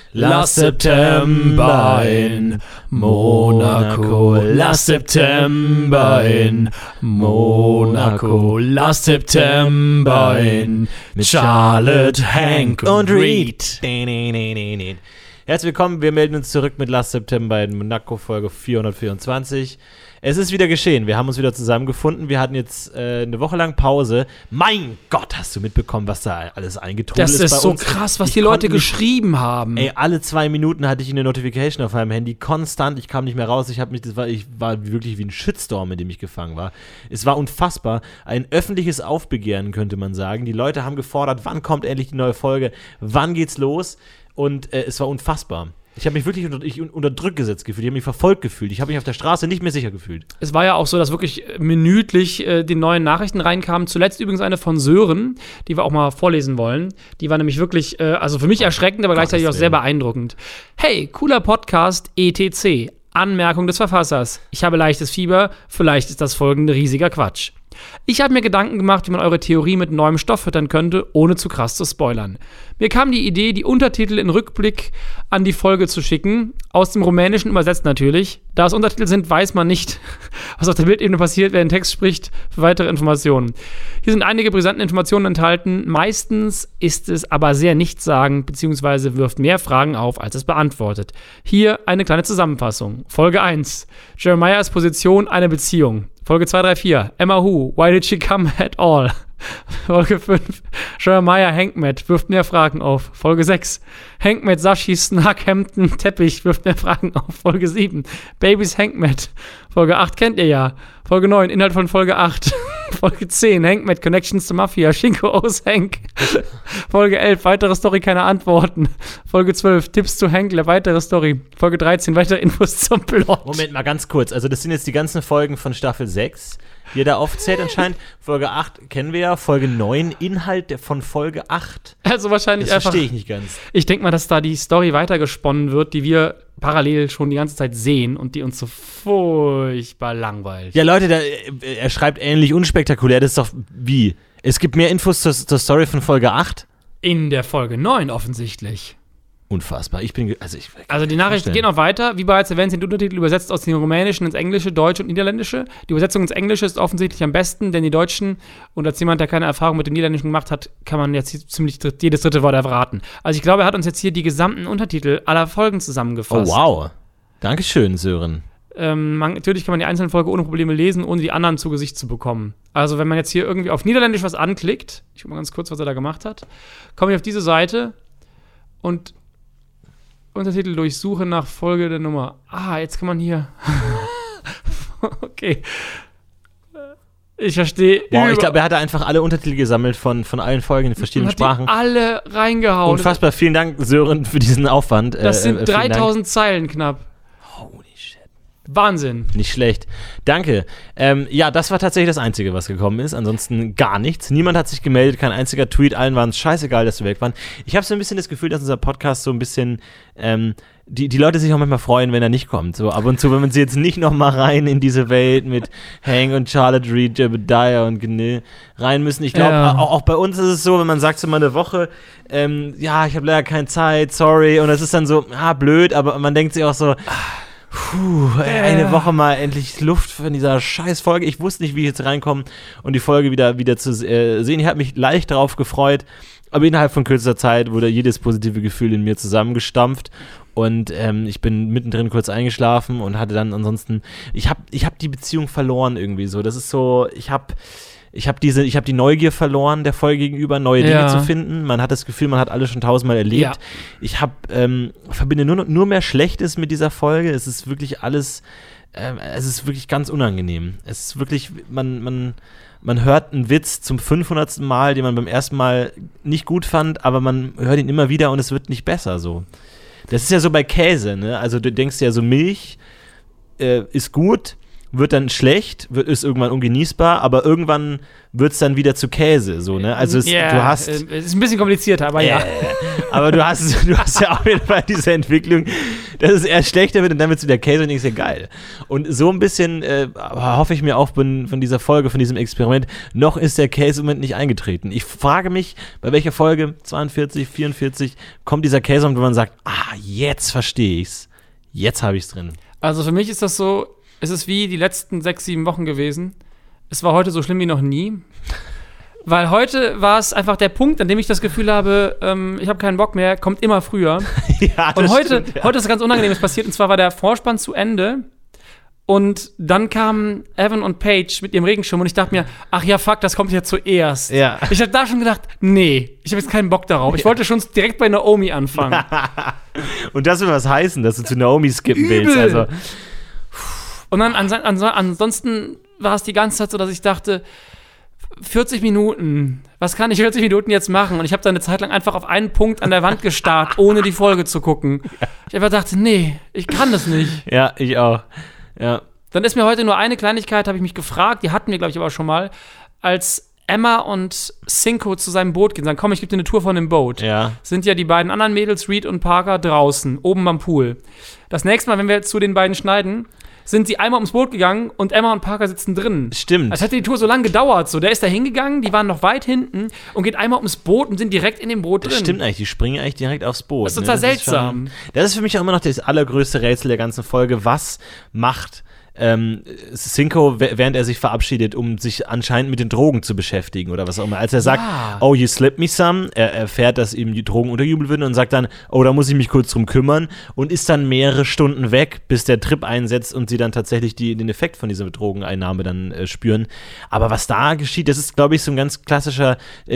Last September in Monaco, Last September in Monaco, Last September in mit Charlotte, Hank und Reed. Herzlich willkommen, wir melden uns zurück mit Last September in Monaco, Folge 424. Es ist wieder geschehen, wir haben uns wieder zusammengefunden, wir hatten jetzt eine Woche lang Pause. Mein Gott, hast du mitbekommen, was da alles eingetrudelt ist bei uns? Das ist so krass, was die Leute geschrieben haben. Ey, alle 2 Minuten hatte ich eine Notification auf meinem Handy, konstant, ich kam nicht mehr raus, ich war wirklich wie ein Shitstorm, in dem ich gefangen war. Es war unfassbar, ein öffentliches Aufbegehren, könnte man sagen. Die Leute haben gefordert, wann kommt endlich die neue Folge, wann geht's los? Und es war unfassbar. Ich habe mich wirklich unter Druck gesetzt gefühlt, ich habe mich verfolgt gefühlt, ich habe mich auf der Straße nicht mehr sicher gefühlt. Es war ja auch so, dass wirklich minütlich die neuen Nachrichten reinkamen. Zuletzt übrigens eine von Sören, die wir auch mal vorlesen wollen. Die war nämlich wirklich, also für mich erschreckend, aber gleichzeitig auch sehr beeindruckend. Hey, cooler Podcast, ETC. Anmerkung des Verfassers. Ich habe leichtes Fieber, vielleicht ist das folgende riesiger Quatsch. Ich habe mir Gedanken gemacht, wie man eure Theorie mit neuem Stoff füttern könnte, ohne zu krass zu spoilern. Mir kam die Idee, die Untertitel in Rückblick an die Folge zu schicken, aus dem Rumänischen übersetzt natürlich. Da es Untertitel sind, weiß man nicht, was auf der Bildebene passiert, wer den Text spricht, für weitere Informationen. Hier sind einige brisante Informationen enthalten, meistens ist es aber sehr nichtssagend, beziehungsweise wirft mehr Fragen auf, als es beantwortet. Hier eine kleine Zusammenfassung. Folge 1. Jeremiahs Position, eine Beziehung. Folge 2, 3, 4. Emma Who, why did she come at all? Folge 5. Jeremiah Hankmet wirft mehr Fragen auf. Folge 6. Hankmet Sashi Snug Hampton Teppich wirft mehr Fragen auf. Folge 7. Babys Hankmet. Folge 8 kennt ihr ja. Folge 9. Inhalt von Folge 8. Folge 10. Hankmet Connections to Mafia. Shinko aus Hank. Folge 11. Weitere Story, keine Antworten. Folge 12. Tipps zu Hankler. Weitere Story. Folge 13. Weitere Infos zum Plot. Moment mal ganz kurz. Also das sind jetzt die ganzen Folgen von Staffel 6. Die er da aufzählt anscheinend. Folge 8 kennen wir ja. Folge 9, Inhalt von Folge 8. Also wahrscheinlich das einfach. Verstehe ich nicht ganz. Ich denke mal, dass da die Story weitergesponnen wird, die wir parallel schon die ganze Zeit sehen und die uns so furchtbar langweilt. Ja, Leute, er schreibt ähnlich unspektakulär. Das ist doch wie? Es gibt mehr Infos zur Story von Folge 8? In der Folge 9 offensichtlich. Unfassbar. Also die Nachrichten gehen noch weiter. Wie bereits erwähnt, sind die Untertitel übersetzt aus dem Rumänischen ins Englische, Deutsche und Niederländische. Die Übersetzung ins Englische ist offensichtlich am besten, denn die Deutschen, und als jemand, der keine Erfahrung mit dem Niederländischen gemacht hat, kann man jetzt ziemlich jedes dritte Wort erraten. Also ich glaube, er hat uns jetzt hier die gesamten Untertitel aller Folgen zusammengefasst. Oh, wow. Dankeschön, Sören. Natürlich kann man die einzelnen Folgen ohne Probleme lesen, ohne die anderen zu Gesicht zu bekommen. Also wenn man jetzt hier irgendwie auf Niederländisch was anklickt, ich gucke mal ganz kurz, was er da gemacht hat, komme ich auf diese Seite und Untertitel durch Suche nach Folge der Nummer. Jetzt kann man hier. Okay. Ich verstehe. Wow, ich glaube, er hatte einfach alle Untertitel gesammelt von allen Folgen in verschiedenen Sprachen. Alle reingehauen. Unfassbar, vielen Dank, Sören, für diesen Aufwand. Das sind 3000 Zeilen knapp. Holy shit. Wahnsinn. Nicht schlecht. Danke. Ja, das war tatsächlich das Einzige, was gekommen ist. Ansonsten gar nichts. Niemand hat sich gemeldet, kein einziger Tweet. Allen war es scheißegal, dass wir weg waren. Ich habe so ein bisschen das Gefühl, dass unser Podcast so ein bisschen die Leute sich auch manchmal freuen, wenn er nicht kommt. So ab und zu, wenn man sie jetzt nicht noch mal rein in diese Welt mit Hank und Charlotte, Reed, Jebediah und Gnil rein müssen. Ich glaube, auch bei uns ist es so, wenn man sagt so mal eine Woche, ja, ich habe leider keine Zeit, sorry. Und das ist dann so, blöd, aber man denkt sich auch so, eine Woche mal endlich Luft von dieser scheiß Folge. Ich wusste nicht, wie ich jetzt reinkomme und die Folge wieder zu sehen. Ich habe mich leicht darauf gefreut, aber innerhalb von kürzester Zeit wurde jedes positive Gefühl in mir zusammengestampft und ich bin mittendrin kurz eingeschlafen und hatte dann ansonsten, ich hab die Beziehung verloren irgendwie so. Das ist so, ich hab die Neugier verloren, der Folge gegenüber, neue Dinge zu finden. Man hat das Gefühl, man hat alles schon 1000-mal erlebt. Ja. Ich verbinde nur mehr Schlechtes mit dieser Folge. Es ist wirklich alles, es ist wirklich ganz unangenehm. Es ist wirklich, man hört einen Witz zum 500. Mal, den man beim ersten Mal nicht gut fand, aber man hört ihn immer wieder und es wird nicht besser so. Das ist ja so bei Käse, ne? Also du denkst ja so, Milch ist gut, wird dann schlecht, ist irgendwann ungenießbar, aber irgendwann wird es dann wieder zu Käse, so, ne? Also du hast... Es ist ein bisschen komplizierter, aber ja. Aber du hast ja auf jeden Fall diese Entwicklung, dass es eher schlechter wird und dann wird es wieder Käse und ich denke, geil. Und so ein bisschen hoffe ich mir auch von dieser Folge, von diesem Experiment, noch ist der Käse-Moment nicht eingetreten. Ich frage mich, bei welcher Folge, 42, 44, kommt dieser Käse-Moment, wo man sagt, jetzt verstehe ich's. Jetzt habe ich's drin. Also für mich ist das so, es ist wie die letzten 6, 7 Wochen gewesen. Es war heute so schlimm wie noch nie. Weil heute war es einfach der Punkt, an dem ich das Gefühl habe, ich habe keinen Bock mehr, kommt immer früher. Ja, und heute stimmt, ja. ist ganz Unangenehmes passiert. Und zwar war der Vorspann zu Ende. Und dann kamen Evan und Paige mit ihrem Regenschirm. Und ich dachte mir, ach ja, fuck, das kommt ja zuerst. Ja. Ich habe da schon gedacht, nee, ich habe jetzt keinen Bock darauf. Ich wollte schon direkt bei Naomi anfangen. Und das will was heißen, dass du zu Naomi skippen Übel. willst. Also, Und dann ansonsten war es die ganze Zeit so, dass ich dachte, 40 Minuten, was kann ich 40 Minuten jetzt machen? Und ich habe da eine Zeit lang einfach auf einen Punkt an der Wand gestarrt, ohne die Folge zu gucken. Ich einfach dachte, nee, ich kann das nicht. ja, ich auch. Ja. Dann ist mir heute nur eine Kleinigkeit, habe ich mich gefragt, die hatten wir, glaube ich, aber schon mal, als Emma und Cinco zu seinem Boot gehen, sagen, komm, ich gebe dir eine Tour von dem Boot. Ja. Sind ja die beiden anderen Mädels, Reed und Parker, draußen, oben am Pool. Das nächste Mal, wenn wir zu den beiden schneiden, sind sie einmal ums Boot gegangen und Emma und Parker sitzen drin. Stimmt. Als hätte die Tour so lange gedauert. So, der ist da hingegangen, die waren noch weit hinten und geht einmal ums Boot und sind direkt in dem Boot drin. Das stimmt eigentlich, die springen eigentlich direkt aufs Boot. Das ist total seltsam. Das ist für mich auch immer noch das allergrößte Rätsel der ganzen Folge. Was macht Cinco, während er sich verabschiedet, um sich anscheinend mit den Drogen zu beschäftigen oder was auch immer. Als er sagt, oh, you slipped me some, er erfährt, dass ihm die Drogen unterjubelt werden und sagt dann, oh, da muss ich mich kurz drum kümmern und ist dann mehrere Stunden weg, bis der Trip einsetzt und sie dann tatsächlich den Effekt von dieser Drogeneinnahme dann spüren. Aber was da geschieht, das ist, glaube ich, so ein ganz klassischer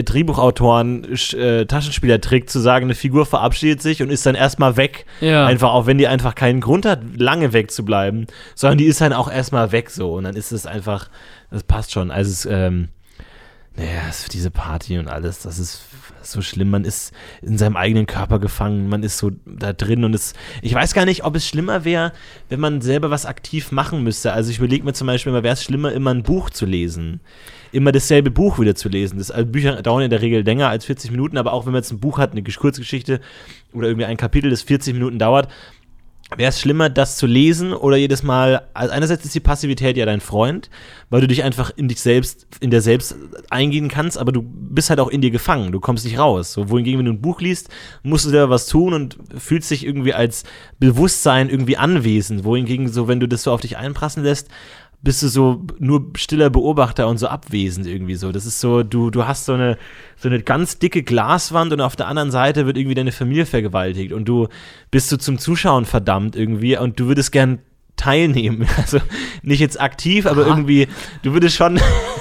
Drehbuchautoren-Taschenspielertrick, zu sagen, eine Figur verabschiedet sich und ist dann erstmal weg. Ja. Einfach, auch wenn die einfach keinen Grund hat, lange wegzubleiben, sondern die ist halt auch erstmal weg so und dann ist es einfach, das passt schon. Also es, diese Party und alles, das ist so schlimm. Man ist in seinem eigenen Körper gefangen, man ist so da drin und ich weiß gar nicht, ob es schlimmer wäre, wenn man selber was aktiv machen müsste. Also ich überlege mir zum Beispiel, wäre es schlimmer, immer ein Buch zu lesen. Immer dasselbe Buch wieder zu lesen. Bücher dauern in der Regel länger als 40 Minuten, aber auch wenn man jetzt ein Buch hat, eine Kurzgeschichte oder irgendwie ein Kapitel, das 40 Minuten dauert, wäre es schlimmer, das zu lesen oder jedes Mal, also einerseits ist die Passivität ja dein Freund, weil du dich einfach in dir selbst eingehen kannst, aber du bist halt auch in dir gefangen, du kommst nicht raus. So, wohingegen, wenn du ein Buch liest, musst du da was tun und fühlst dich irgendwie als Bewusstsein irgendwie anwesend, wohingegen so, wenn du das so auf dich einprassen lässt, bist du so nur stiller Beobachter und so abwesend irgendwie so. Das ist so, du hast so eine ganz dicke Glaswand und auf der anderen Seite wird irgendwie deine Familie vergewaltigt und du bist so zum Zuschauen verdammt irgendwie und du würdest gern teilnehmen. Also nicht jetzt aktiv, aber irgendwie, du würdest schon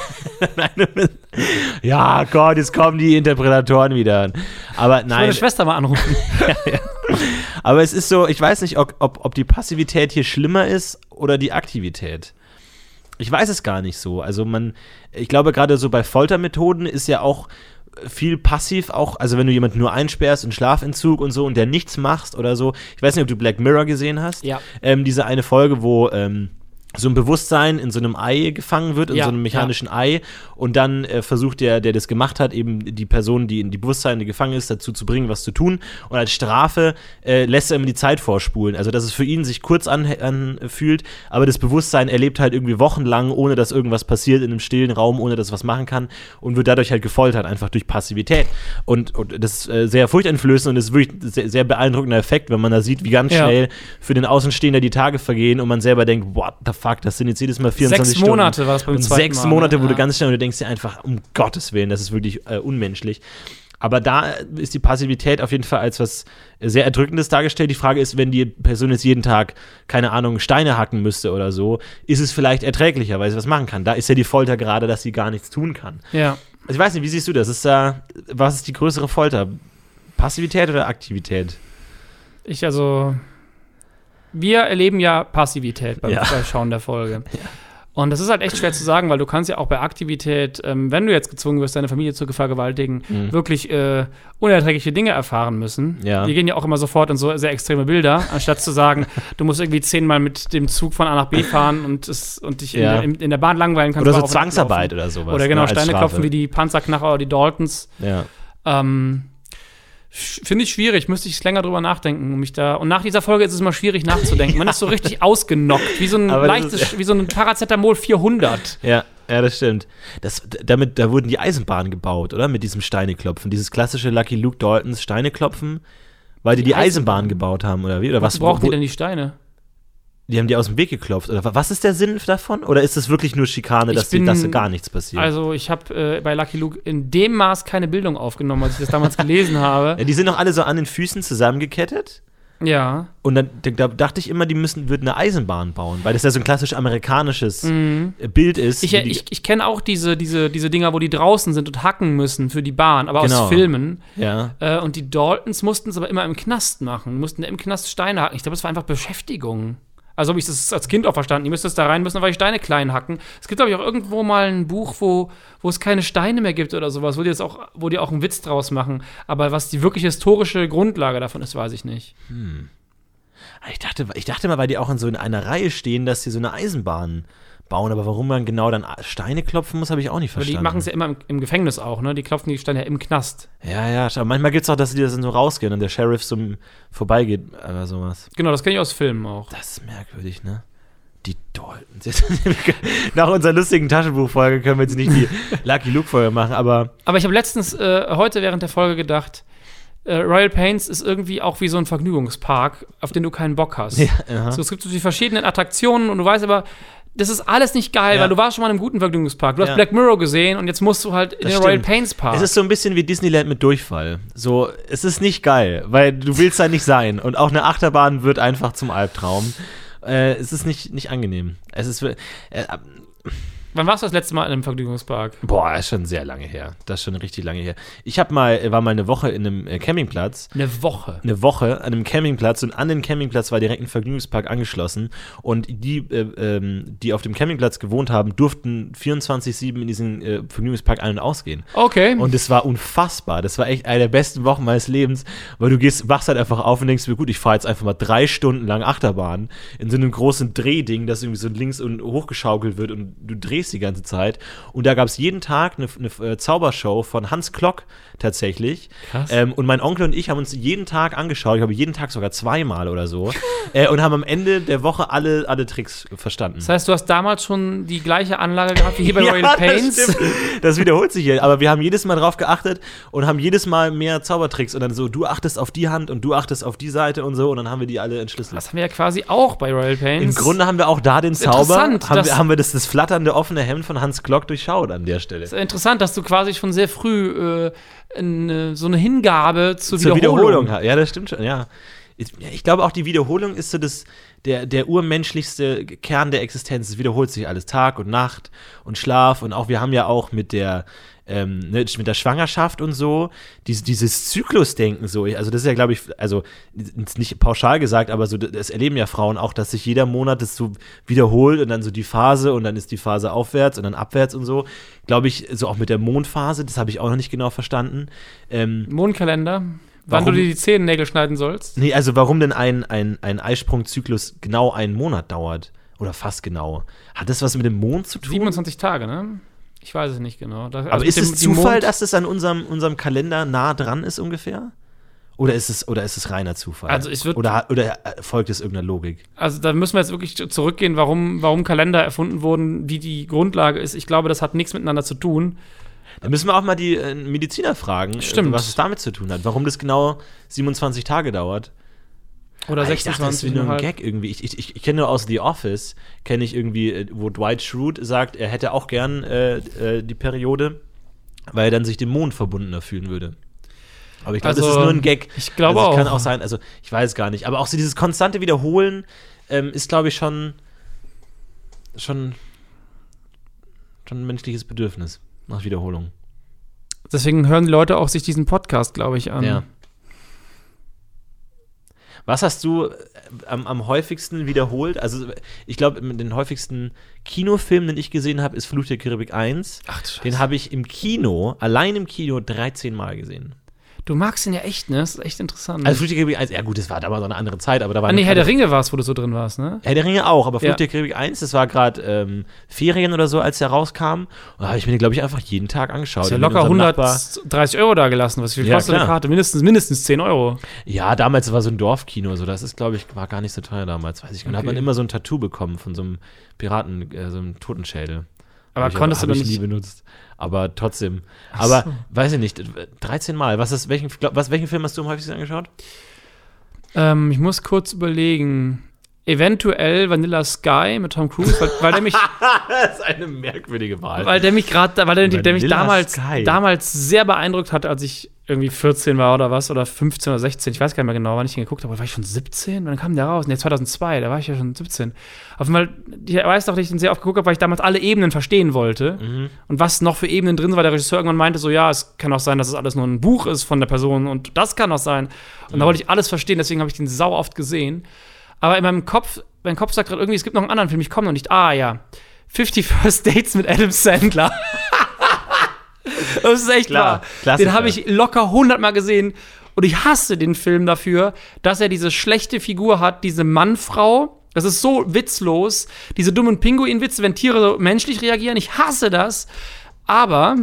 ja, Gott, jetzt kommen die Interpretatoren wieder. Aber nein. Ich meine Schwester mal anrufen. ja. Aber es ist so, ich weiß nicht, ob die Passivität hier schlimmer ist oder die Aktivität. Ich weiß es gar nicht so. Also ich glaube, gerade so bei Foltermethoden ist ja auch viel passiv auch, also wenn du jemanden nur einsperrst in Schlafentzug und so und der nichts machst oder so. Ich weiß nicht, ob du Black Mirror gesehen hast. Ja. Diese eine Folge, wo so ein Bewusstsein in so einem Ei gefangen wird, in so einem mechanischen Ei und dann versucht der das gemacht hat, eben die Person, die in die Bewusstsein gefangen ist, dazu zu bringen, was zu tun und als Strafe lässt er ihm die Zeit vorspulen, also dass es für ihn sich kurz anfühlt, aber das Bewusstsein erlebt halt irgendwie wochenlang, ohne dass irgendwas passiert in einem stillen Raum, ohne dass es was machen kann und wird dadurch halt gefoltert, einfach durch Passivität und das ist sehr furchteinflößend und das ist wirklich sehr, sehr beeindruckender Effekt, wenn man da sieht, wie ganz schnell für den Außenstehender die Tage vergehen und man selber denkt, what the fuck, das sind jetzt jedes Mal 24 Stunden. 6 Monate war es beim zweiten Mal. 6 Monate, wo du ganz schnell und du denkst dir einfach, um Gottes Willen, das ist wirklich unmenschlich. Aber da ist die Passivität auf jeden Fall als was sehr Erdrückendes dargestellt. Die Frage ist, wenn die Person jetzt jeden Tag, keine Ahnung, Steine hacken müsste oder so, ist es vielleicht erträglicher, weil sie was machen kann. Da ist ja die Folter gerade, dass sie gar nichts tun kann. Ja. Also ich weiß nicht, wie siehst du das? Was ist die größere Folter? Passivität oder Aktivität? Wir erleben ja Passivität beim Schauen der Folge. Ja. Und das ist halt echt schwer zu sagen, weil du kannst ja auch bei Aktivität, wenn du jetzt gezwungen wirst, deine Familie zu vergewaltigen, wirklich unerträgliche Dinge erfahren müssen. Ja. Die gehen ja auch immer sofort in so sehr extreme Bilder, anstatt zu sagen, du musst irgendwie 10-mal mit dem Zug von A nach B fahren und dich in der Bahn langweilen kannst. Oder so Zwangsarbeit oder sowas. Oder genau, Steine klopfen wie die Panzerknacher oder die Daltons. Ja. Finde ich schwierig, müsste ich länger drüber nachdenken. Und nach dieser Folge ist es immer schwierig nachzudenken. Man ist so richtig ausgenockt, wie so ein wie so ein Paracetamol 400. Ja, das stimmt. Da wurden die Eisenbahnen gebaut, oder? Mit diesem Steineklopfen. Dieses klassische Lucky Luke Daltons Steineklopfen, weil die Eisenbahn gebaut haben, oder wie? Oder was brauchen die denn die Steine? Die haben die aus dem Weg geklopft. Oder was ist der Sinn davon? Oder ist es wirklich nur Schikane, dass gar nichts passiert? Also ich habe bei Lucky Luke in dem Maß keine Bildung aufgenommen, als ich das damals gelesen habe. Ja, die sind doch alle so an den Füßen zusammengekettet. Ja. Und dann da dachte ich immer, würden eine Eisenbahn bauen, weil das ja so ein klassisch amerikanisches Bild ist. Ich kenne auch diese Dinger, wo die draußen sind und hacken müssen für die Bahn, aber aus Filmen. Ja. Und die Daltons mussten es aber immer im Knast machen, mussten im Knast Steine hacken. Ich glaube, das war einfach Beschäftigung. Also habe ich das als Kind auch verstanden. Die müssen da rein müssen, weil die Steine klein hacken. Es gibt, glaube ich, auch irgendwo mal ein Buch, wo es keine Steine mehr gibt oder sowas, wo die auch einen Witz draus machen. Aber was die wirklich historische Grundlage davon ist, weiß ich nicht. Ich dachte mal, weil die auch in einer Reihe stehen, dass sie so eine Eisenbahn bauen. Aber warum man genau dann Steine klopfen muss, habe ich auch nicht verstanden. Aber die machen es ja immer im Gefängnis auch, ne? Die klopfen die Steine ja im Knast. Ja, aber manchmal gibt es auch, dass die dann so rausgehen und der Sheriff so vorbeigeht oder sowas. Genau, das kenne ich aus Filmen auch. Das ist merkwürdig, ne? Die Daltons. Nach unserer lustigen Taschenbuchfolge können wir jetzt nicht die Lucky Luke-Folge machen, aber ich habe letztens, heute während der Folge gedacht, Royal Pains ist irgendwie auch wie so ein Vergnügungspark, auf den du keinen Bock hast. Ja, so, es gibt so die verschiedenen Attraktionen und du weißt aber, das ist alles nicht geil, weil du warst schon mal in einem guten Vergnügungspark. Du hast Black Mirror gesehen und jetzt musst du halt in den Royal Pains Park. Es ist so ein bisschen wie Disneyland mit Durchfall. So, es ist nicht geil, weil du willst da nicht sein. Und auch eine Achterbahn wird einfach zum Albtraum. Es ist nicht angenehm. Es ist Wann warst du das letzte Mal in einem Vergnügungspark? Boah, ist schon sehr lange her. Das ist schon richtig lange her. Ich war mal eine Woche in einem Campingplatz. Eine Woche an einem Campingplatz und an den Campingplatz war direkt ein Vergnügungspark angeschlossen. Und die auf dem Campingplatz gewohnt haben, durften 24/7 in diesen Vergnügungspark ein- und ausgehen. Okay. Und es war unfassbar. Das war echt eine der besten Wochen meines Lebens, weil du wachst halt einfach auf und denkst mir, gut, ich fahre jetzt einfach mal 3 Stunden lang Achterbahn in so einem großen Drehding, das irgendwie so links und hochgeschaukelt wird und du drehst die ganze Zeit. Und da gab es jeden Tag eine Zaubershow von Hans Klock tatsächlich. Krass. Und mein Onkel und ich haben uns jeden Tag angeschaut, ich glaube jeden Tag sogar 2-mal oder so, und haben am Ende der Woche alle Tricks verstanden. Das heißt, du hast damals schon die gleiche Anlage gehabt wie hier bei Royal Pains? Das stimmt. Das wiederholt sich hier. Aber wir haben jedes Mal drauf geachtet und haben jedes Mal mehr Zaubertricks und dann so, du achtest auf die Hand und du achtest auf die Seite und so und dann haben wir die alle entschlüsselt. Das haben wir ja quasi auch bei Royal Pains. Im Grunde haben wir auch da den Zauber, haben wir das flatternde offene Hemd von Hans Klock durchschaut an der Stelle. Das ist interessant, dass du quasi schon sehr früh so eine Hingabe zur Wiederholung hast. Ja, das stimmt schon, ja. Ich glaube auch, die Wiederholung ist so der urmenschlichste Kern der Existenz. Es wiederholt sich alles, Tag und Nacht und Schlaf und auch, wir haben ja auch mit der Schwangerschaft und so, dieses Zyklusdenken so, also das ist ja, glaube ich, also nicht pauschal gesagt, aber so, das erleben ja Frauen auch, dass sich jeder Monat das so wiederholt und dann so die Phase und dann ist die Phase aufwärts und dann abwärts und so, glaube ich, so auch mit der Mondphase, das habe ich auch noch nicht genau verstanden. Mondkalender? Wann du dir die Zehennägel schneiden sollst? Nee, also warum denn ein Eisprungzyklus genau einen Monat dauert oder fast genau? Hat das was mit dem Mond zu tun? 27 Tage, ne? Ich weiß es nicht genau. Aber ist es Zufall, dass es an unserem Kalender nah dran ist ungefähr? Oder ist es reiner Zufall? Also oder folgt es irgendeiner Logik? Also da müssen wir jetzt wirklich zurückgehen, warum Kalender erfunden wurden, wie die Grundlage ist. Ich glaube, das hat nichts miteinander zu tun. Da müssen wir auch mal die Mediziner fragen, was es damit zu tun hat. Warum das genau 27 Tage dauert. Oder 26. Ich dachte, das ist nur ein Gag irgendwie. Ich kenne nur aus The Office, kenne ich irgendwie, wo Dwight Schrute sagt, er hätte auch gern die Periode, weil er dann sich dem Mond verbundener fühlen würde. Aber ich glaube, das ist nur ein Gag. Ich glaube auch. Kann auch sein, also ich weiß gar nicht. Aber auch so dieses konstante Wiederholen ist, glaube ich, schon ein menschliches Bedürfnis nach Wiederholung. Deswegen hören die Leute auch sich diesen Podcast, glaube ich, an. Ja. Was hast du am häufigsten wiederholt? Also, ich glaube, den häufigsten Kinofilm, den ich gesehen habe, ist Fluch der Karibik 1. Ach du Scheiße. Den habe ich allein im Kino 13 Mal gesehen. Du magst ihn ja echt, ne? Das ist echt interessant. Also Flug der Karibik 1, ja gut, das war damals noch eine andere Zeit, aber da war Herr der Ringe war es, wo du so drin warst, ne? Herr der Ringe auch, aber Flug der Karibik 1, das war gerade Ferien oder so, als der rauskam. Und da habe ich mir den, glaube ich, einfach jeden Tag angeschaut. Hast ja locker 130 Euro da gelassen, was viel kostet eine Karte? Mindestens 10 Euro. Ja, damals war so ein Dorfkino, so das ist, glaube ich, war gar nicht so teuer damals, weiß ich gar nicht. Da hat man immer so ein Tattoo bekommen von so einem Piraten, so einem Totenschädel. Aber konntest du doch nicht. Nie benutzt. Aber trotzdem. Aber, weiß ich nicht, 13 Mal. Welchen Film hast du am häufigsten angeschaut? Ich muss kurz überlegen. Eventuell Vanilla Sky mit Tom Cruise, weil der mich. Das ist eine merkwürdige Wahl. Weil der mich damals sehr beeindruckt hat, als ich irgendwie 14 war oder was, oder 15 oder 16, ich weiß gar nicht mehr genau, wann ich den geguckt habe. War ich schon 17? Wann kam der raus? Ne, 2002, da war ich ja schon 17. Auf jeden Fall, ich weiß doch, dass ich den sehr oft geguckt habe, weil ich damals alle Ebenen verstehen wollte. Mhm. Und was noch für Ebenen drin sind, weil der Regisseur irgendwann meinte so, ja, es kann auch sein, dass es alles nur ein Buch ist von der Person und das kann auch sein. Und da wollte ich alles verstehen, deswegen habe ich den sau oft gesehen. Aber in mein Kopf sagt gerade irgendwie, es gibt noch einen anderen Film, ich komme noch nicht. Ah, ja. 50 First Dates mit Adam Sandler. Das ist echt wahr. Den habe ich locker 100 Mal gesehen. Und ich hasse den Film dafür, dass er diese schlechte Figur hat, diese Mann-Frau. Das ist so witzlos. Diese dummen Pinguin-Witze, wenn Tiere so menschlich reagieren. Ich hasse das. Aber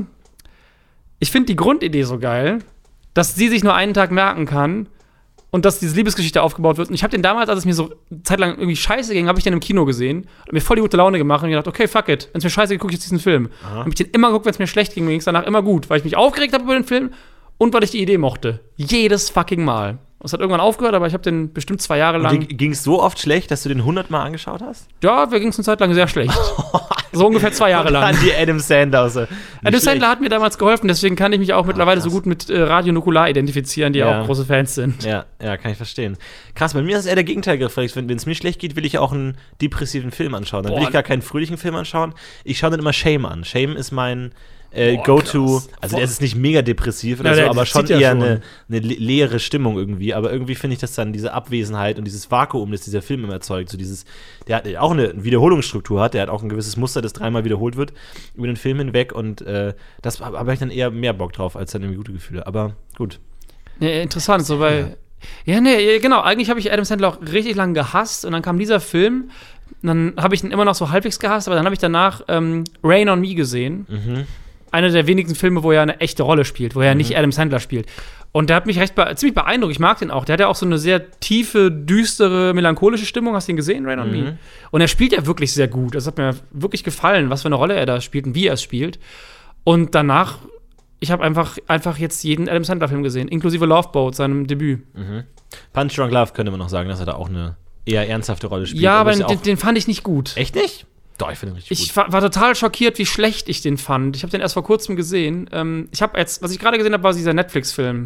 ich finde die Grundidee so geil, dass sie sich nur einen Tag merken kann. Und dass diese Liebesgeschichte aufgebaut wird. Und ich habe den damals, als es mir so eine Zeit lang irgendwie scheiße ging, habe ich den im Kino gesehen und mir voll die gute Laune gemacht und gedacht, okay, fuck it. Wenn es mir scheiße geht, gucke ich jetzt diesen Film. Habe ich den immer geguckt, wenn es mir schlecht ging. Mir ging es danach immer gut, weil ich mich aufgeregt habe über den Film und weil ich die Idee mochte. Jedes fucking Mal. Es hat irgendwann aufgehört, aber ich habe den bestimmt 2 Jahre lang. Ging es so oft schlecht, dass du den 100 Mal angeschaut hast? Ja, mir ging es eine Zeit lang sehr schlecht. So ungefähr 2 Jahre lang. An die Adam Sandler. Adam Sandler hat mir damals geholfen, deswegen kann ich mich auch mittlerweile so gut mit Radio Nukular identifizieren, die auch große Fans sind. Ja, kann ich verstehen. Krass, bei mir ist es eher der Gegenteil gefragt. Wenn es mir schlecht geht, will ich auch einen depressiven Film anschauen. Dann will ich gar keinen fröhlichen Film anschauen. Ich schaue dann immer Shame an. Shame ist mein Go-To, also der ist nicht mega depressiv oder so, aber schon eher eine leere Stimmung irgendwie, aber irgendwie finde ich das dann, diese Abwesenheit und dieses Vakuum, das dieser Film immer erzeugt, so dieses, der hat auch eine Wiederholungsstruktur hat, der hat auch ein gewisses Muster, das 3-mal wiederholt wird über den Film hinweg und das habe ich dann eher mehr Bock drauf, als dann irgendwie gute Gefühle, aber gut. Ja, interessant, so weil, genau, eigentlich habe ich Adam Sandler auch richtig lange gehasst und dann kam dieser Film, dann habe ich ihn immer noch so halbwegs gehasst, aber dann habe ich danach Rain on Me gesehen. Mhm. Einer der wenigen Filme, wo er eine echte Rolle spielt, wo er nicht Adam Sandler spielt. Und der hat mich ziemlich beeindruckt. Ich mag den auch. Der hat ja auch so eine sehr tiefe, düstere, melancholische Stimmung. Hast du ihn gesehen, Rain on Me? Und er spielt ja wirklich sehr gut. Das hat mir wirklich gefallen, was für eine Rolle er da spielt und wie er es spielt. Und danach, ich habe einfach jetzt jeden Adam Sandler-Film gesehen, inklusive Love Boat, seinem Debüt. Mhm. Punch Drunk Love könnte man noch sagen, dass er da auch eine eher ernsthafte Rolle spielt. Ja, aber den fand ich nicht gut. Echt nicht? Doch, ich finde ihn richtig gut. Ich war total schockiert, wie schlecht ich den fand. Ich habe den erst vor kurzem gesehen. Was ich gerade gesehen habe, war dieser Netflix-Film.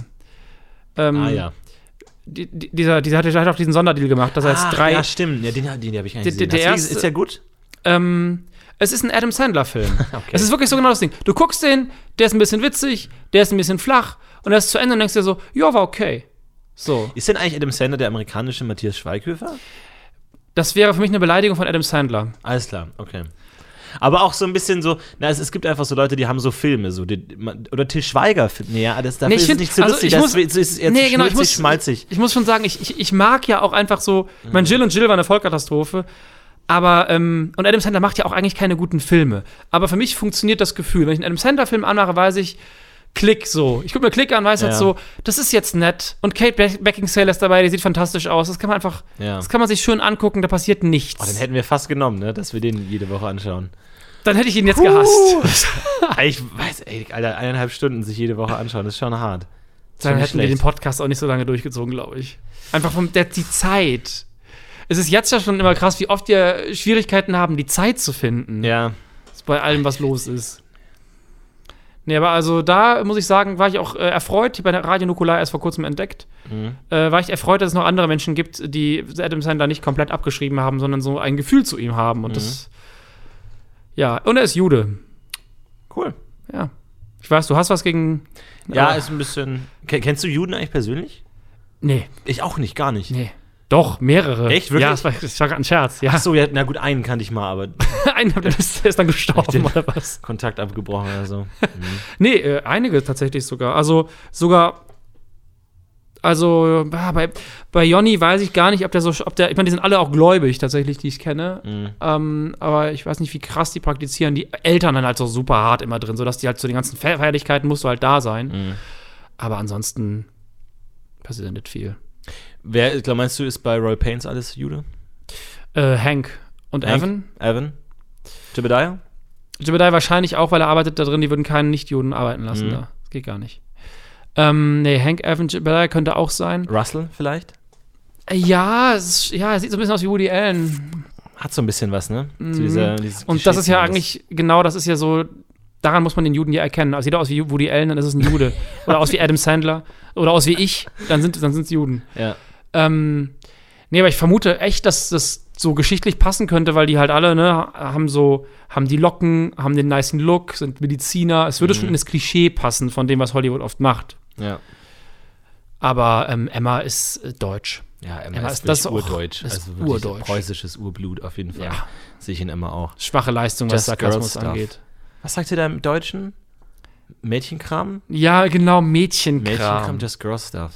Ja. Dieser hat auch diesen Sonderdeal gemacht, dass er jetzt 3. Ja, stimmt. Ja, den habe ich gar nicht gesehen. Der erste, ist der gut? Es ist ein Adam Sandler-Film. Okay. Es ist wirklich so genau das Ding. Du guckst den, der ist ein bisschen witzig, der ist ein bisschen flach und er ist zu Ende und denkst dir so, ja, war okay. So. Ist denn eigentlich Adam Sandler der amerikanische Matthias Schweighöfer? Das wäre für mich eine Beleidigung von Adam Sandler. Alles klar, okay. Aber auch so ein bisschen so, es gibt einfach so Leute, die haben so Filme, so oder Til Schweiger, dafür ist es nicht so lustig, das ist eher zu schmalzig. Ich muss schon sagen, ich mag ja auch einfach so, ich meine, Jill und Jill war eine Vollkatastrophe, aber, und Adam Sandler macht ja auch eigentlich keine guten Filme, aber für mich funktioniert das Gefühl, wenn ich einen Adam Sandler-Film anmache, weiß ich, Klick so. Ich gucke mir Klick an, weiß jetzt so, das ist jetzt nett. Und Kate Beckinsale ist dabei, die sieht fantastisch aus. Das kann man einfach, das kann man sich schön angucken, da passiert nichts. Oh, den hätten wir fast genommen, ne, dass wir den jede Woche anschauen. Dann hätte ich ihn jetzt gehasst. Ich weiß, Alter, 1,5 Stunden sich jede Woche anschauen, das ist schon hart. Dann hätten wir den Podcast auch nicht so lange durchgezogen, glaube ich. Einfach die Zeit. Es ist jetzt ja schon immer krass, wie oft wir Schwierigkeiten haben, die Zeit zu finden. Ja. Das ist bei allem, was los ist. Nee, aber also da, muss ich sagen, war ich auch erfreut, bei der Radio Nukular erst vor kurzem entdeckt, war ich erfreut, dass es noch andere Menschen gibt, die Adam Sandler nicht komplett abgeschrieben haben, sondern so ein Gefühl zu ihm haben. Und das, und er ist Jude. Cool. Ja. Ich weiß, du hast was gegen... Ja, ist ein bisschen... Kennst du Juden eigentlich persönlich? Nee. Ich auch nicht, gar nicht. Nee. Doch, mehrere. Echt, wirklich? Ja, das war gerade ein Scherz, ja. Ach so, ja, na gut, einen kannte ich mal, aber... der ist dann gestorben, oder was? Kontakt abgebrochen oder so. Nee, einige tatsächlich sogar. Also sogar Also bei Jonny weiß ich gar nicht, ob der, ich meine, die sind alle auch gläubig tatsächlich, die ich kenne. Aber ich weiß nicht, wie krass die praktizieren. Die Eltern dann halt so super hart immer drin, sodass die halt zu den ganzen Feierlichkeiten musst du halt da sein. Aber ansonsten passiert nicht viel. Wer, meinst du, ist bei Royal Pains alles Jude? Hank und Evan. Jebediah? Jebediah wahrscheinlich auch, weil er arbeitet da drin, die würden keinen Nicht-Juden arbeiten lassen da. Das geht gar nicht. Hank, Evan, Jebediah könnte auch sein. Russell vielleicht? Ja, es sieht so ein bisschen aus wie Woody Allen. Hat so ein bisschen was, ne? Und das ist ja eigentlich, genau, das ist ja so, daran muss man den Juden ja erkennen. Also sieht er aus wie Woody Allen, dann ist es ein Jude. Oder aus wie Adam Sandler. Oder aus wie ich, dann sind es Juden. Ja. Aber ich vermute echt, dass das so geschichtlich passen könnte, weil die halt alle, ne, haben die Locken, haben den nicen Look, sind Mediziner. Es würde schon in das Klischee passen von dem, was Hollywood oft macht. Ja. Aber Emma ist deutsch. Ja, Emma ist das urdeutsch. Ist also wirklich urdeutsch. Preußisches Urblut auf jeden Fall. Ja. Sehe ich in Emma auch. Schwache Leistung, was Sarkasmus angeht. Was sagt ihr da im Deutschen? Mädchenkram? Ja, genau, Mädchenkram. Mädchenkram, Just Girl Stuff.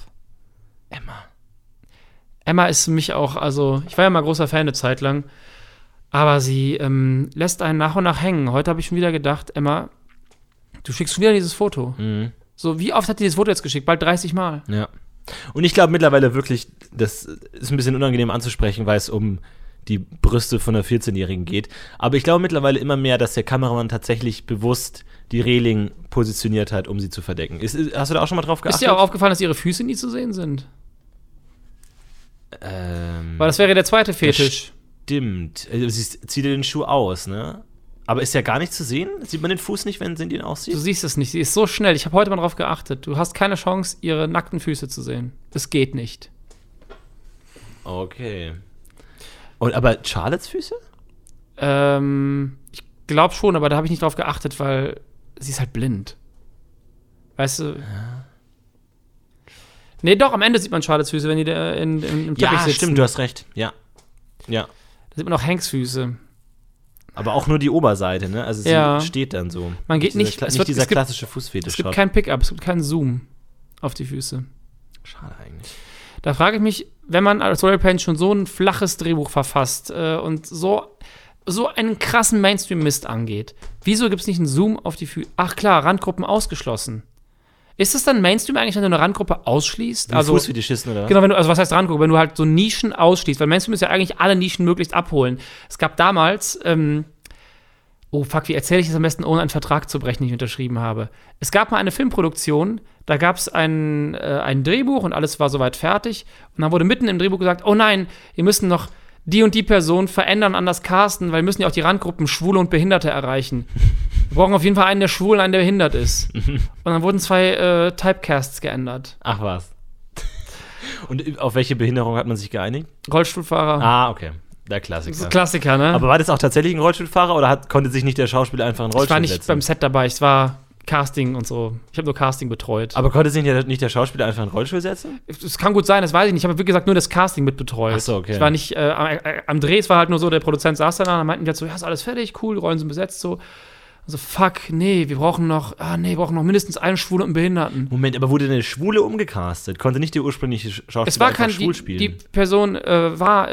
Emma ist für mich auch, also, ich war ja mal großer Fan eine Zeit lang, aber sie lässt einen nach und nach hängen. Heute habe ich schon wieder gedacht, Emma, du schickst schon wieder dieses Foto. So, wie oft hat die dieses Foto jetzt geschickt? Bald 30 Mal. Ja. Und ich glaube mittlerweile wirklich, das ist ein bisschen unangenehm anzusprechen, weil es um die Brüste von einer 14-Jährigen geht. Aber ich glaube mittlerweile immer mehr, dass der Kameramann tatsächlich bewusst die Reling positioniert hat, um sie zu verdecken. Hast du da auch schon mal drauf geachtet? Ist dir auch aufgefallen, dass ihre Füße nie zu sehen sind? Weil das wäre der zweite Fetisch. Stimmt. Also, sie zieht den Schuh aus, ne? Aber ist ja gar nicht zu sehen? Sieht man den Fuß nicht, wenn sie ihn aussieht? Du siehst es nicht. Sie ist so schnell. Ich habe heute mal drauf geachtet. Du hast keine Chance, ihre nackten Füße zu sehen. Das geht nicht. Okay. Aber Charlottes Füße? Ich glaube schon, aber da habe ich nicht drauf geachtet, weil sie ist halt blind. Weißt du? Ja. Nee, doch, am Ende sieht man Charlottes Füße, wenn die da im Teppich sitzen. Ja, stimmt, du hast recht. Ja. Da sieht man auch Hanks Füße. Aber auch nur die Oberseite, ne? Also sie steht dann so. Man geht nicht, dieser klassische Fußfetisch. Es gibt kein Pickup, es gibt keinen Zoom auf die Füße. Schade eigentlich. Da frage ich mich, wenn man als Royal Pains schon so ein flaches Drehbuch verfasst und so einen krassen Mainstream-Mist angeht, wieso gibt es nicht einen Zoom auf die Füße? Ach klar, Randgruppen ausgeschlossen. Ist es dann Mainstream eigentlich, wenn du eine Randgruppe ausschließt? Also Fußfetischisten, oder? Genau, also was heißt Randgruppe? Wenn du halt so Nischen ausschließt, weil Mainstream ist ja eigentlich alle Nischen möglichst abholen. Es gab damals, wie erzähle ich das am besten, ohne einen Vertrag zu brechen, den ich unterschrieben habe? Es gab mal eine Filmproduktion, da gab es ein Drehbuch und alles war soweit fertig. Und dann wurde mitten im Drehbuch gesagt, oh nein, wir müssen noch die und die Person verändern, anders casten, weil wir müssen ja auch die Randgruppen Schwule und Behinderte erreichen. Wir brauchen auf jeden Fall einen, der schwul und einen, der behindert ist. Und dann wurden 2 Typecasts geändert. Ach was. Und auf welche Behinderung hat man sich geeinigt? Rollstuhlfahrer. Ah, okay. Der Klassiker. Das ist Klassiker, ne? Aber war das auch tatsächlich ein Rollstuhlfahrer oder konnte sich nicht der Schauspieler einfach einen Rollstuhl setzen? Ich war nicht beim Set dabei, ich war Casting und so. Ich habe nur Casting betreut. Aber konnte sich nicht der Schauspieler einfach einen Rollstuhl setzen? Es kann gut sein, das weiß ich nicht. Ich habe, wie gesagt, nur das Casting mitbetreut. Ach so, okay. Ich war nicht am Dreh, es war halt nur so, der Produzent saß da und meinten die halt so, ja, ist alles fertig, cool, die Rollen sind besetzt, so. Also, fuck, nee, wir brauchen noch mindestens einen Schwule und einen Behinderten. Moment, aber wurde eine Schwule umgecastet? Konnte nicht der ursprüngliche Schauspieler es war einfach schwul spielen? Die Person war,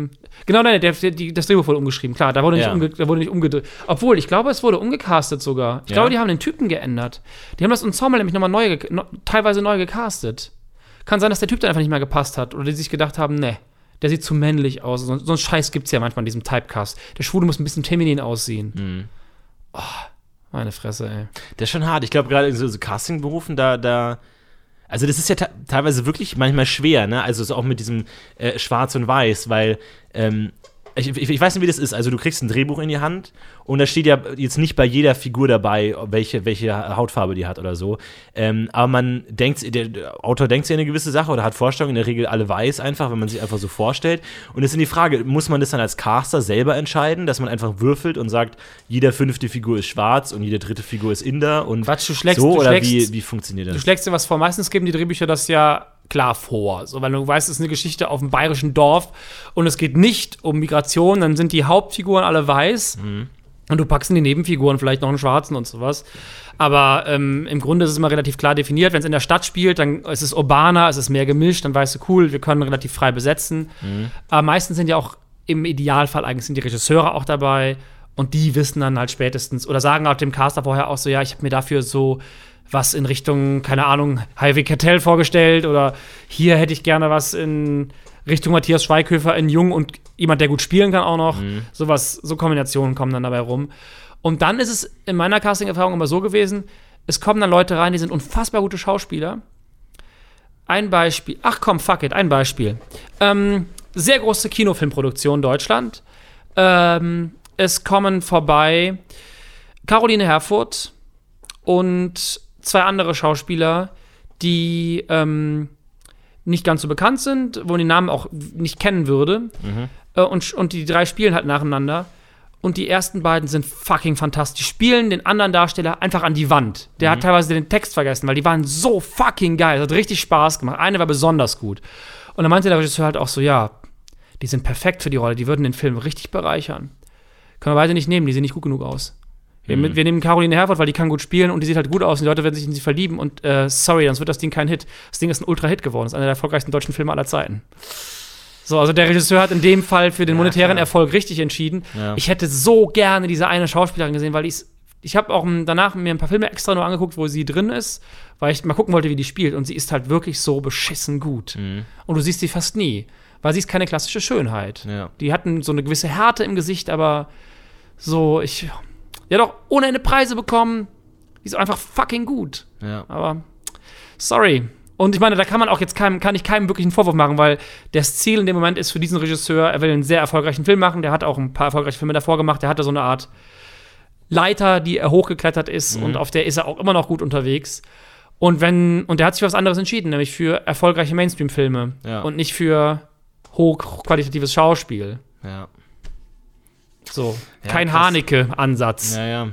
das Drehbuch wurde umgeschrieben, klar, da wurde nicht umgedreht. Obwohl, ich glaube, es wurde umgecastet sogar. Ich glaube, die haben den Typen geändert. Die haben das Ensemble nämlich nochmal teilweise neu gecastet. Kann sein, dass der Typ dann einfach nicht mehr gepasst hat. Oder die sich gedacht haben, ne, der sieht zu männlich aus. So einen Scheiß gibt's ja manchmal in diesem Typecast. Der Schwule muss ein bisschen feminin aussehen. Oh, meine Fresse, ey. Das ist schon hart. Ich glaube, gerade in so Castingberufen, also das ist ja teilweise wirklich manchmal schwer, ne? Also so auch mit diesem Schwarz und Weiß, weil ich weiß nicht, wie das ist. Also du kriegst ein Drehbuch in die Hand und da steht ja jetzt nicht bei jeder Figur dabei, welche Hautfarbe die hat oder so. Aber der Autor denkt sich eine gewisse Sache oder hat Vorstellungen, in der Regel alle weiß einfach, wenn man sich einfach so vorstellt. Und es ist die Frage, muss man das dann als Caster selber entscheiden, dass man einfach würfelt und sagt, jeder 5. Figur ist schwarz und jede 3. Figur ist Inder und Quatsch, wie funktioniert das? Du schlägst dir was vor. Meistens geben die Drehbücher das ja klar vor. So, weil du weißt, es ist eine Geschichte auf einem bayerischen Dorf und es geht nicht um Migration, dann sind die Hauptfiguren alle weiß. Und du packst in die Nebenfiguren vielleicht noch einen Schwarzen und sowas. Aber im Grunde ist es immer relativ klar definiert. Wenn es in der Stadt spielt, dann ist es urbaner, es ist mehr gemischt, dann weißt du, cool, wir können relativ frei besetzen. Aber meistens sind ja auch im Idealfall eigentlich sind die Regisseure auch dabei und die wissen dann halt spätestens oder sagen auch dem Caster vorher auch so, ja, ich habe mir dafür so was in Richtung, keine Ahnung, Harvey Keitel vorgestellt oder hier hätte ich gerne was in Richtung Matthias Schweighöfer in Jung und jemand, der gut spielen kann auch noch. So Kombinationen kommen dann dabei rum. Und dann ist es in meiner Casting-Erfahrung immer so gewesen, es kommen dann Leute rein, die sind unfassbar gute Schauspieler. Ein Beispiel. Ein Beispiel. Sehr große Kinofilmproduktion Deutschland. Es kommen vorbei Caroline Herfurth und 2 andere Schauspieler, die nicht ganz so bekannt sind, wo man die Namen auch nicht kennen würde. Und die 3 spielen halt nacheinander. Und die ersten beiden sind fucking fantastisch. Spielen den anderen Darsteller einfach an die Wand. Der hat teilweise den Text vergessen, weil die waren so fucking geil. Das hat richtig Spaß gemacht. Eine war besonders gut. Und dann meinte der Regisseur halt auch so, ja, die sind perfekt für die Rolle. Die würden den Film richtig bereichern. Können wir beide nicht nehmen, die sehen nicht gut genug aus. Wir nehmen Caroline Herfurth, weil die kann gut spielen und die sieht halt gut aus und die Leute werden sich in sie verlieben und sorry, sonst wird das Ding kein Hit. Das Ding ist ein Ultra-Hit geworden. Das ist einer der erfolgreichsten deutschen Filme aller Zeiten. So, also der Regisseur hat in dem Fall für den monetären Erfolg richtig entschieden. Ja. Ich hätte so gerne diese eine Schauspielerin gesehen, weil ich habe auch danach mir ein paar Filme extra nur angeguckt, wo sie drin ist, weil ich mal gucken wollte, wie die spielt. Und sie ist halt wirklich so beschissen gut. Und du siehst sie fast nie, weil sie ist keine klassische Schönheit. Ja. Die hatten so eine gewisse Härte im Gesicht, aber so, die hat auch ohne Ende Preise bekommen. Die ist einfach fucking gut. Ja. Aber sorry. Und ich meine, da kann man auch jetzt kann ich keinem wirklich einen Vorwurf machen, weil das Ziel in dem Moment ist für diesen Regisseur, er will einen sehr erfolgreichen Film machen, der hat auch ein paar erfolgreiche Filme davor gemacht, der hatte so eine Art Leiter, die er hochgeklettert ist und auf der ist er auch immer noch gut unterwegs. Und der hat sich für was anderes entschieden, nämlich für erfolgreiche Mainstream-Filme und nicht für hochqualitatives Schauspiel. Ja. So, kein Haneke-Ansatz. Ja.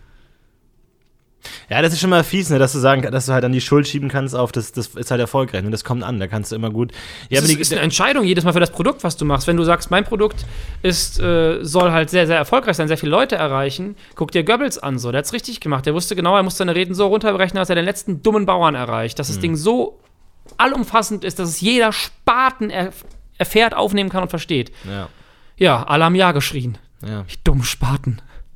Ja, das ist schon mal fies, ne, dass du halt dann die Schuld schieben kannst auf das ist halt erfolgreich, ne, das kommt an, da kannst du immer gut. Ja, das ist eine Entscheidung jedes Mal für das Produkt, was du machst. Wenn du sagst, mein Produkt soll halt sehr, sehr erfolgreich sein, sehr viele Leute erreichen, guck dir Goebbels an, so, der hat's richtig gemacht. Der wusste genau, er muss seine Reden so runterberechnen, dass er den letzten dummen Bauern erreicht, dass das Ding so allumfassend ist, dass es jeder Spaten erfährt, aufnehmen kann und versteht. Ja, alle haben Ja geschrien. Ja. Ich dummen Spaten.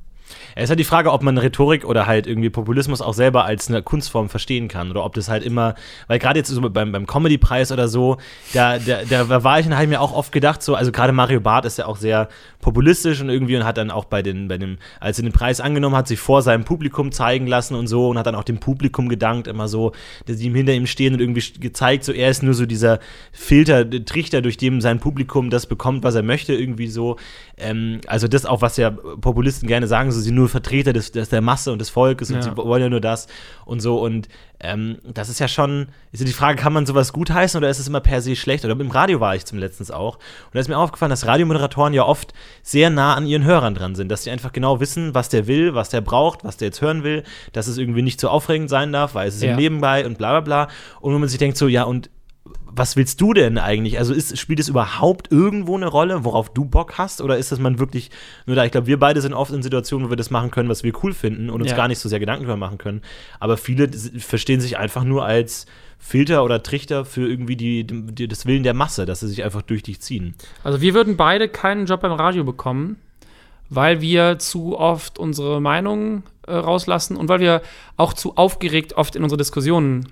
Es ist halt die Frage, ob man Rhetorik oder halt irgendwie Populismus auch selber als eine Kunstform verstehen kann oder ob das halt immer, weil gerade jetzt so beim Comedy-Preis oder so, da war ich und habe mir auch oft gedacht, so, also gerade Mario Barth ist ja auch sehr populistisch und irgendwie und hat dann auch als er den Preis angenommen hat, sich vor seinem Publikum zeigen lassen und so und hat dann auch dem Publikum gedankt, immer so, dass sie hinter ihm stehen und irgendwie gezeigt, so er ist nur so dieser Trichter, durch den sein Publikum das bekommt, was er möchte, irgendwie so. Also das auch, was ja Populisten gerne sagen, so sie nur Vertreter der Masse und des Volkes und sie wollen ja nur das und so und das ist ja schon, ist ja die Frage, kann man sowas gutheißen oder ist es immer per se schlecht? Oder im Radio war ich zum letztens auch und da ist mir aufgefallen, dass Radiomoderatoren ja oft sehr nah an ihren Hörern dran sind, dass sie einfach genau wissen, was der will, was der braucht, was der jetzt hören will, dass es irgendwie nicht so aufregend sein darf, weil es ist im Nebenbei und bla bla bla und wenn man sich denkt so, ja und was willst du denn eigentlich? Also spielt es überhaupt irgendwo eine Rolle, worauf du Bock hast? Oder ist das man wirklich nur da? Ich glaube, wir beide sind oft in Situationen, wo wir das machen können, was wir cool finden und uns gar nicht so sehr Gedanken darüber machen können. Aber viele verstehen sich einfach nur als Filter oder Trichter für irgendwie das Willen der Masse, dass sie sich einfach durch dich ziehen. Also wir würden beide keinen Job beim Radio bekommen, weil wir zu oft unsere Meinung rauslassen und weil wir auch zu aufgeregt oft in unseren Diskussionen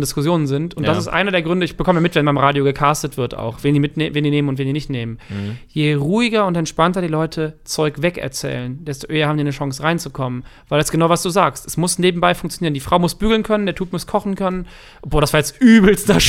sind. Und das ist einer der Gründe, ich bekomme ja mit, wenn beim Radio gecastet wird auch, wen die nehmen und wen die nicht nehmen. Je ruhiger und entspannter die Leute Zeug wegerzählen, desto eher haben die eine Chance reinzukommen. Weil das ist genau, was du sagst. Es muss nebenbei funktionieren. Die Frau muss bügeln können, der Typ muss kochen können. Boah, das war jetzt übelster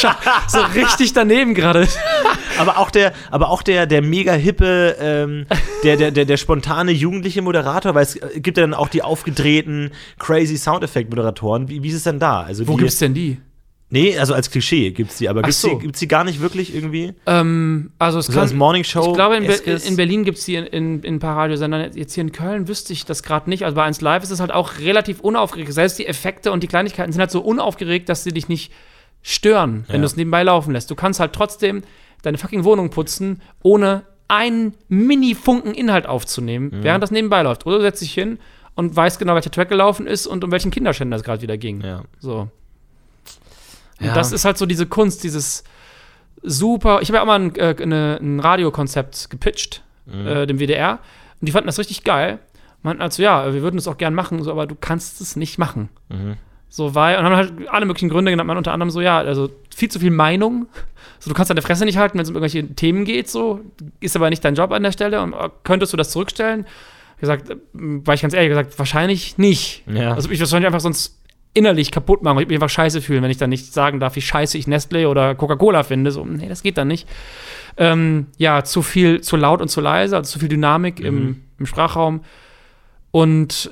so richtig daneben gerade. Aber auch der mega hippe, der spontane jugendliche Moderator, weil es gibt ja dann auch die aufgedrehten, crazy Soundeffekt-Moderatoren. Wie ist es denn da? Also wo gibt's denn die? Nee, also als Klischee gibt's die, aber gibt's die gar nicht wirklich irgendwie? Also es kann, als Morningshow. Ich glaube, in Berlin gibt's die in ein paar Radiosendern. Jetzt hier in Köln wüsste ich das gerade nicht. Also bei 1 Live ist es halt auch relativ unaufgeregt. Selbst die Effekte und die Kleinigkeiten sind halt so unaufgeregt, dass sie dich nicht stören, wenn du es nebenbei laufen lässt. Du kannst halt trotzdem deine fucking Wohnung putzen, ohne einen Mini-Funken Inhalt aufzunehmen, während das nebenbei läuft. Oder du setzt dich hin und weißt genau, welcher Track gelaufen ist und um welchen Kinderschänder es gerade wieder ging. Ja. So. Und das ist halt so diese Kunst, dieses super. Ich habe ja auch mal ein Radiokonzept gepitcht, dem WDR. Und die fanden das richtig geil. Meinten also, ja, wir würden das auch gern machen, so, aber du kannst es nicht machen. So, und haben halt alle möglichen Gründe genannt, man unter anderem so, ja, also viel zu viel Meinung. So, du kannst deine Fresse nicht halten, wenn es um irgendwelche Themen geht, so. Ist aber nicht dein Job an der Stelle. Und könntest du das zurückstellen? Gesagt, war ich ganz ehrlich gesagt, wahrscheinlich nicht. Ja. Also ich wahrscheinlich einfach sonst innerlich kaputt machen. Ich würde mich einfach scheiße fühlen, wenn ich dann nicht sagen darf, wie scheiße ich Nestlé oder Coca-Cola finde. So, nee, das geht dann nicht. Ja, zu viel, zu laut und zu leise, also zu viel Dynamik im Sprachraum. Und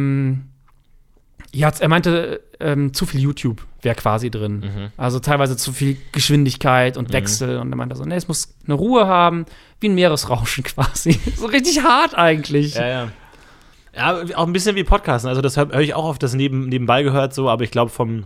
ja, er meinte, zu viel YouTube wäre quasi drin. Also teilweise zu viel Geschwindigkeit und Wechsel. Und er meinte so, nee, es muss eine Ruhe haben, wie ein Meeresrauschen quasi. So richtig hart eigentlich. Ja. Ja, auch ein bisschen wie Podcasten. Also das höre ich auch oft, das nebenbei gehört so, aber ich glaube vom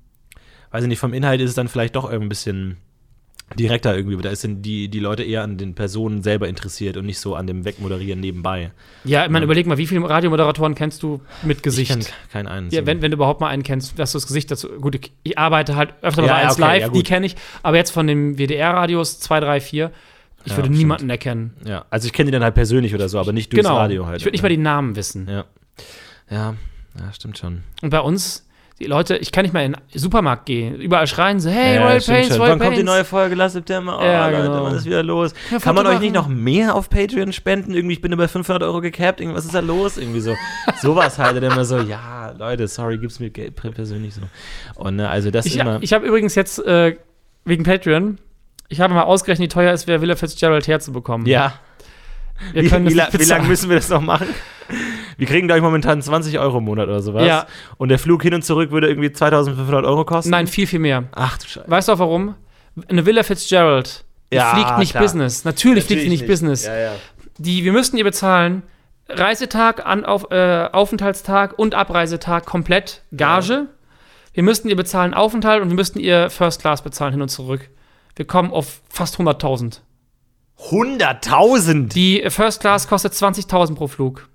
Inhalt ist es dann vielleicht doch ein bisschen direkter irgendwie. Da sind die Leute eher an den Personen selber interessiert und nicht so an dem Wegmoderieren nebenbei. Ja, man überleg mal, wie viele Radiomoderatoren kennst du mit Gesicht? Ich kenn keinen einen. Ja, wenn du überhaupt mal einen kennst, dass du das Gesicht dazu. Gut, ich arbeite halt öfter mal als live, ja, die kenne ich. Aber jetzt von den WDR-Radios 2, 3, 4, ich würde niemanden erkennen. Ja, also ich kenne die dann halt persönlich oder so, aber nicht durchs Radio halt. Ich würde nicht mal die Namen wissen. Ja, stimmt schon. Und bei uns, die Leute, ich kann nicht mal in den Supermarkt gehen. Überall schreien so, hey, Royal Pains. Wann kommt die neue Folge? Lass September. Leute, wann ist wieder los? Ja, kann man euch nicht noch mehr auf Patreon spenden? Irgendwie, ich bin über 500 € gecapped. Was ist da los? Irgendwie so. Sowas halt. Dann immer so, ja, Leute, sorry, gib's mir Geld persönlich so. Und also das ist immer. Ich habe übrigens jetzt wegen Patreon, ich habe mal ausgerechnet, wie teuer es wäre, Willa Fitzgerald herzubekommen. Ja. Wie lange müssen wir das noch machen? Wir kriegen, glaube ich, momentan 20 € im Monat oder sowas. Ja. Und der Flug hin und zurück würde irgendwie 2.500 € kosten? Nein, viel, viel mehr. Ach du Scheiße. Weißt du auch warum? Eine Villa Fitzgerald, die fliegt nicht klar. Business. Natürlich fliegt sie nicht Business. Ja. Wir müssten ihr bezahlen Reisetag, Aufenthaltstag und Abreisetag komplett Gage. Ja. Wir müssten ihr bezahlen Aufenthalt und wir müssten ihr First Class bezahlen hin und zurück. Wir kommen auf fast 100.000. 100.000? Die First Class kostet 20.000 pro Flug.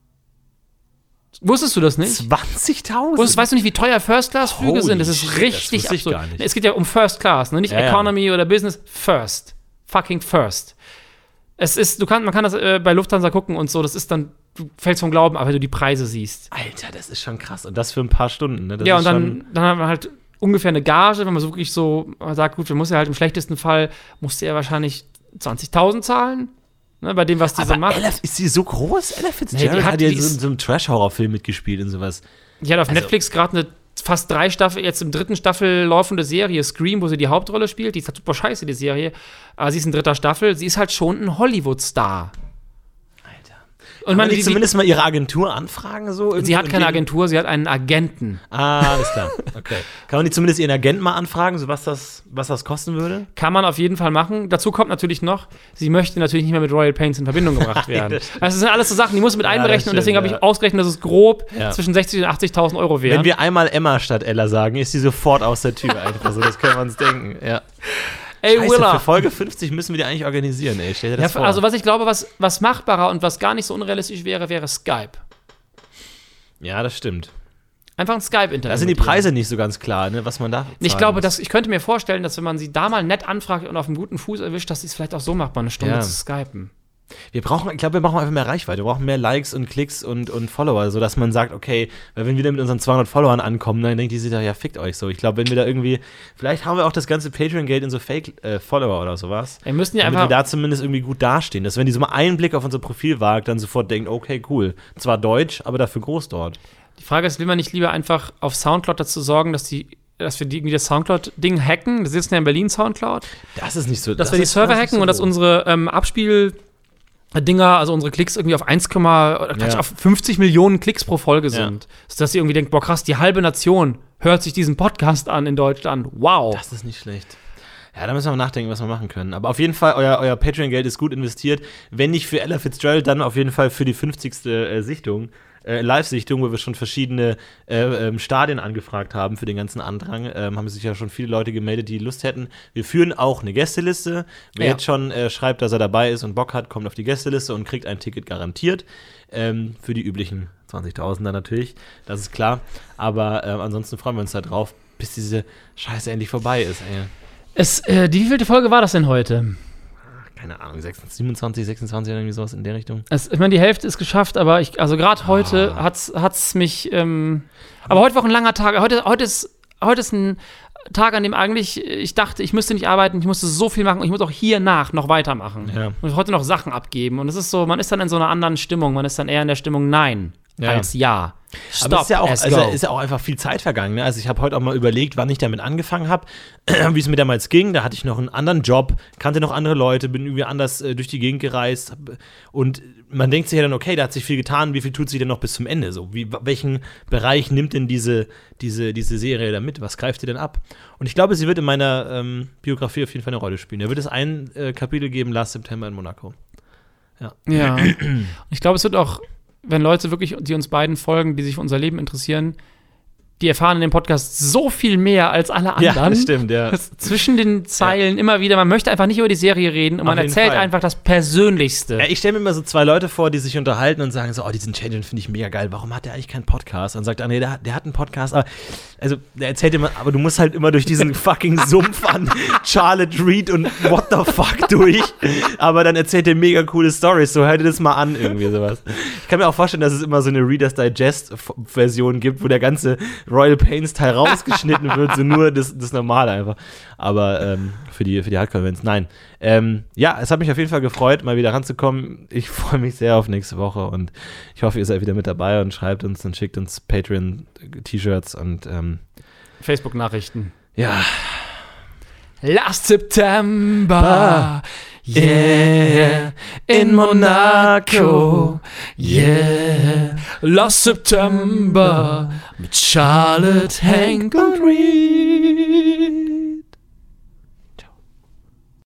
Wusstest du das nicht? 20.000? Weißt du nicht, wie teuer First-Class-Flüge sind? Das ist richtig absurd. Ich gar nicht. Es geht ja um First Class, ne? Nicht Economy oder Business. First. Fucking First. Man kann das bei Lufthansa gucken und so, das ist dann, du fällst vom Glauben ab, wenn du die Preise siehst. Alter, das ist schon krass. Und das für ein paar Stunden, ne? Das und dann haben wir halt ungefähr eine Gage, wenn man so wirklich so sagt, gut, wir müssen ja halt im schlechtesten Fall, musste er wahrscheinlich 20.000 zahlen. Ne, bei dem, was die so macht. Ist sie so groß? Ella Fitzgerald hat ja so einem Trash-Horror-Film mitgespielt und sowas. Die hat auf Netflix gerade eine fast 3 Staffel, jetzt im 3. Staffel laufende Serie Scream, wo sie die Hauptrolle spielt. Die ist halt super scheiße, die Serie. Aber sie ist in 3. Staffel. Sie ist halt schon ein Hollywood-Star. Und man nicht zumindest mal ihre Agentur anfragen? So sie hat keine Agentur, sie hat einen Agenten. Ah, alles klar. Okay. Kann man nicht zumindest ihren Agenten mal anfragen, so was das kosten würde? Kann man auf jeden Fall machen. Dazu kommt natürlich noch, sie möchte natürlich nicht mehr mit Royal Pains in Verbindung gebracht werden. Also das sind alles so Sachen, die muss man mit einberechnen. Und deswegen habe ich ausgerechnet, dass es grob zwischen 60.000 und 80.000 € wären. Wenn wir einmal Emma statt Ella sagen, ist sie sofort aus der Tür einfach so. Das können wir uns denken, ja. Ey, Scheiße, Willa. Für Folge 50 müssen wir die eigentlich organisieren, ey. Stell dir das vor. Also, was ich glaube, was machbarer und was gar nicht so unrealistisch wäre Skype. Ja, das stimmt. Einfach ein Skype-Interview. Da sind die Preise nicht so ganz klar, ne, was man da Ich glaube, ich könnte mir vorstellen, dass wenn man sie da mal nett anfragt und auf einem guten Fuß erwischt, dass sie es vielleicht auch so macht, mal eine Stunde zu skypen. Ich glaube, wir brauchen einfach mehr Reichweite. Wir brauchen mehr Likes und Klicks und Follower, sodass man sagt, okay, weil wenn wir da mit unseren 200 Followern ankommen, dann denkt die sich da, ja, fickt euch so. Ich glaube, wenn wir da irgendwie, vielleicht haben wir auch das ganze Patreon-Geld in so Fake-Follower oder sowas. Wir müssen ja damit wir da zumindest irgendwie gut dastehen. Dass wenn die so mal einen Blick auf unser Profil wagt, dann sofort denkt, okay, cool. Zwar deutsch, aber dafür groß dort. Die Frage ist, will man nicht lieber einfach auf Soundcloud dazu sorgen, dass wir irgendwie das Soundcloud-Ding hacken? Wir sitzen ja in Berlin, Soundcloud. Das ist nicht so. Dass wir die Server hacken und dass unsere Abspiel-Dinger, also unsere Klicks irgendwie auf 50 Millionen Klicks pro Folge sind. Sodass ihr irgendwie denkt, boah krass, die halbe Nation hört sich diesen Podcast an in Deutschland. Wow. Das ist nicht schlecht. Ja, da müssen wir mal nachdenken, was wir machen können. Aber auf jeden Fall, euer Patreon-Geld ist gut investiert. Wenn nicht für Ella Fitzgerald, dann auf jeden Fall für die 50. Sichtung. Live-Sichtung, wo wir schon verschiedene Stadien angefragt haben für den ganzen Andrang. Haben sich ja schon viele Leute gemeldet, die Lust hätten. Wir führen auch eine Gästeliste. Wer jetzt schon schreibt, dass er dabei ist und Bock hat, kommt auf die Gästeliste und kriegt ein Ticket garantiert. Für die üblichen 20.000er natürlich, das ist klar. Aber ansonsten freuen wir uns da drauf, bis diese Scheiße endlich vorbei ist. Die wievielte Folge war das denn heute? Keine Ahnung, 27, 26 oder irgendwie sowas in der Richtung. Ich meine, die Hälfte ist geschafft, aber gerade heute hat's mich, aber heute war auch ein langer Tag. Heute ist ein Tag, an dem eigentlich ich dachte, ich müsste nicht arbeiten, ich musste so viel machen und ich muss auch hier noch weitermachen. Ja. Und heute noch Sachen abgeben. Und es ist so, man ist dann in so einer anderen Stimmung. Man ist dann eher in der Stimmung Nein als Ja. Stop, aber ist ja auch einfach viel Zeit vergangen. Ne? Also ich habe heute auch mal überlegt, wann ich damit angefangen habe, wie es mir damals ging. Da hatte ich noch einen anderen Job, kannte noch andere Leute, bin irgendwie anders durch die Gegend gereist. Und man denkt sich ja dann, okay, da hat sich viel getan, wie viel tut sich denn noch bis zum Ende? So, welchen Bereich nimmt denn diese Serie da mit? Was greift sie denn ab? Und ich glaube, sie wird in meiner Biografie auf jeden Fall eine Rolle spielen. Da wird es ein Kapitel geben, Last September in Monaco. Ja. Ich glaube, es wird auch, wenn Leute wirklich, die uns beiden folgen, die sich für unser Leben interessieren, die erfahren in dem Podcast so viel mehr als alle anderen. Ja, das stimmt, ja. Zwischen den Zeilen immer wieder, man möchte einfach nicht über die Serie reden und man erzählt einfach das Persönlichste. Ja, ich stelle mir immer so zwei Leute vor, die sich unterhalten und sagen so, diesen Changeling finde ich mega geil, warum hat der eigentlich keinen Podcast? Und sagt, nee, der hat einen Podcast, aber der erzählt immer, aber du musst halt immer durch diesen fucking Sumpf an Charlotte Reed und what the fuck durch, aber dann erzählt der mega coole Storys, so hör dir das mal an, irgendwie sowas. Ich kann mir auch vorstellen, dass es immer so eine Reader's Digest-Version gibt, wo der ganze Royal Pains Teil rausgeschnitten wird, so nur das Normale einfach. Aber für die Hardcore-Events, nein. Es hat mich auf jeden Fall gefreut, mal wieder ranzukommen. Ich freue mich sehr auf nächste Woche und ich hoffe, ihr seid wieder mit dabei und schreibt uns und schickt uns Patreon-T-Shirts und Facebook-Nachrichten. Ja. Last September, yeah, in Monaco, yeah, Last September mit Charlotte, Hank und Reed.